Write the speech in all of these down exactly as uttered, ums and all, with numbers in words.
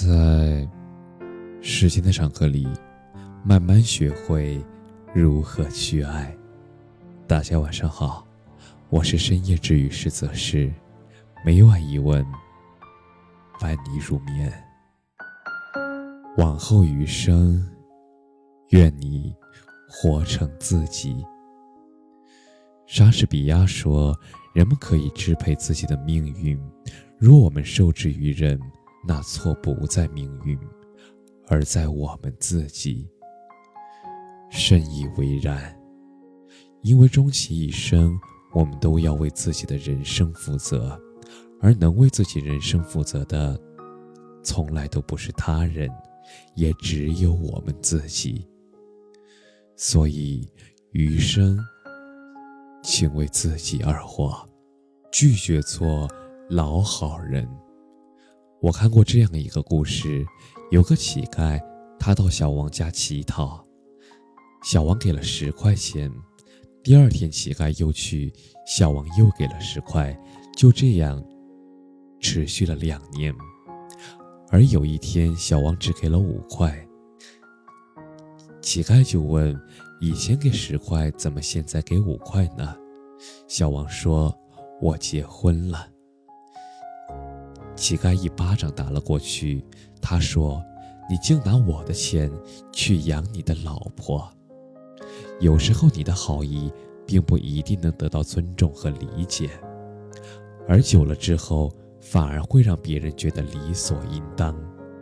在时间的长河里，慢慢学会如何去爱。大家晚上好，我是深夜治愈师则是，每晚一问，伴你入眠。往后余生，愿你活成自己。莎士比亚说，人们可以支配自己的命运，若我们受制于人，那错不在命运，而在我们自己。深以为然，因为终其一生，我们都要为自己的人生负责，而能为自己人生负责的，从来都不是他人，也只有我们自己。所以余生请为自己而活，拒绝做老好人。我看过这样一个故事，有个乞丐，他到小王家乞讨，小王给了十块钱。第二天乞丐又去，小王又给了十块，就这样持续了两年。而有一天，小王只给了五块。乞丐就问，以前给十块，怎么现在给五块呢？小王说，我结婚了。乞丐一巴掌打了过去，他说，你竟拿我的钱去养你的老婆。有时候你的好意并不一定能得到尊重和理解，而久了之后反而会让别人觉得理所应当。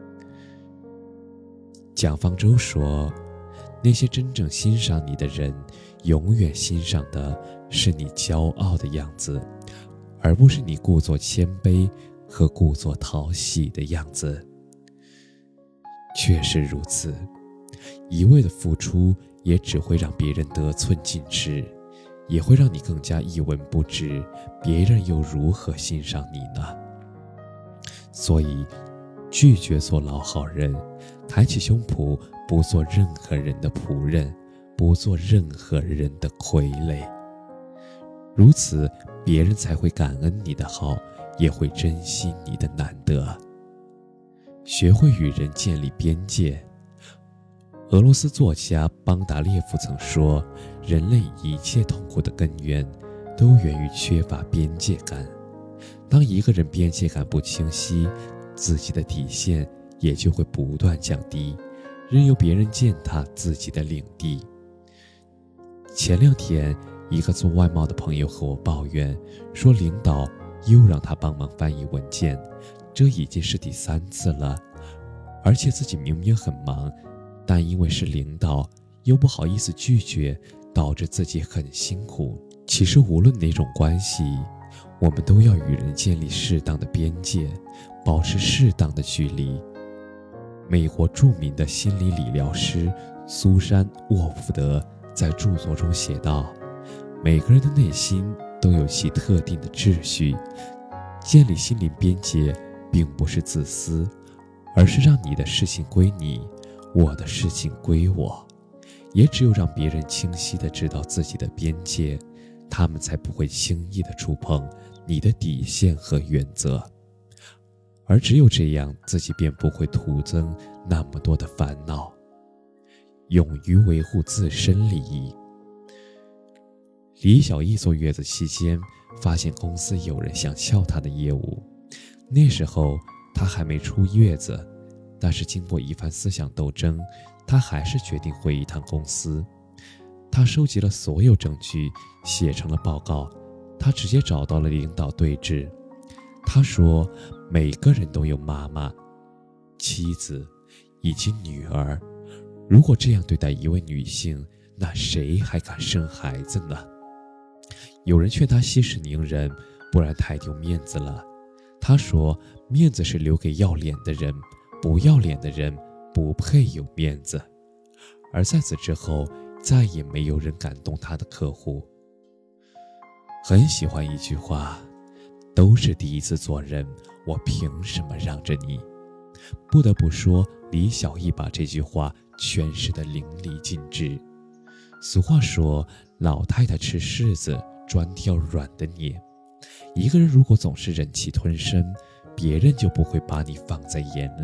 蒋方舟说，那些真正欣赏你的人，永远欣赏的是你骄傲的样子，而不是你故作谦卑和故作讨喜的样子。确实如此，一味的付出也只会让别人得寸进尺，也会让你更加一文不值，别人又如何欣赏你呢？所以拒绝做老好人，抬起胸脯，不做任何人的仆人，不做任何人的傀儡。如此，别人才会感恩你的好，也会珍惜你的难得。学会与人建立边界。俄罗斯作家邦达列夫曾说，人类一切痛苦的根源都源于缺乏边界感。当一个人边界感不清晰，自己的底线也就会不断降低，任由别人践踏自己的领地。前两天，一个做外贸的朋友和我抱怨说，领导又让他帮忙翻译文件，这已经是第三次了，而且自己明明很忙，但因为是领导，又不好意思拒绝，导致自己很辛苦。其实无论哪种关系，我们都要与人建立适当的边界，保持适当的距离。美国著名的心理理疗师苏珊·沃夫德在著作中写道，每个人的内心都有其特定的秩序，建立心灵边界并不是自私，而是让你的事情归你，我的事情归我。也只有让别人清晰地知道自己的边界，他们才不会轻易地触碰你的底线和原则。而只有这样，自己便不会徒增那么多的烦恼。勇于维护自身利益。李小艺坐月子期间，发现公司有人想撬她的业务。那时候她还没出月子，但是经过一番思想斗争，她还是决定回一趟公司。她收集了所有证据，写成了报告。她直接找到了领导对峙。她说，每个人都有妈妈、妻子以及女儿，如果这样对待一位女性，那谁还敢生孩子呢？有人劝她息事宁人，不然太丢面子了。她说，面子是留给要脸的人，不要脸的人不配有面子。而在此之后，再也没有人敢动她的客户。很喜欢一句话，都是第一次做人，我凭什么让着你？不得不说，李小艺把这句话诠释得淋漓尽致。俗话说，老太太吃柿子，专挑软的捏。一个人如果总是忍气吞声，别人就不会把你放在眼里。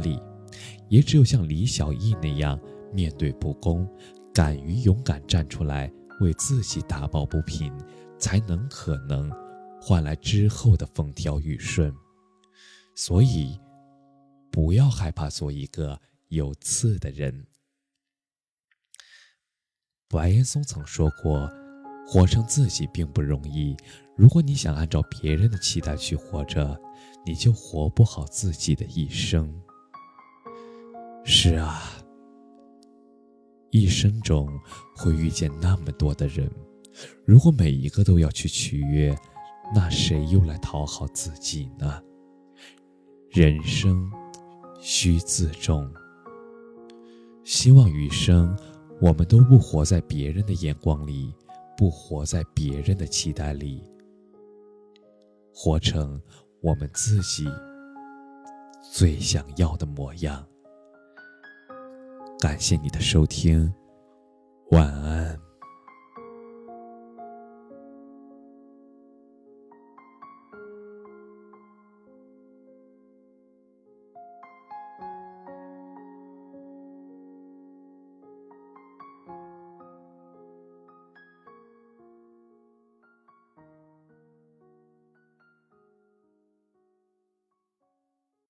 也只有像李小艺那样面对不公，敢于勇敢站出来为自己打抱不平，才能可能换来之后的风调雨顺。所以不要害怕做一个有刺的人。白岩松曾说过，活成自己并不容易，如果你想按照别人的期待去活着，你就活不好自己的一生。是啊，一生中会遇见那么多的人，如果每一个都要去取悦，那谁又来讨好自己呢？人生需自重。希望余生我们都不活在别人的眼光里，不活在别人的期待里，活成我们自己最想要的模样。感谢你的收听，晚安。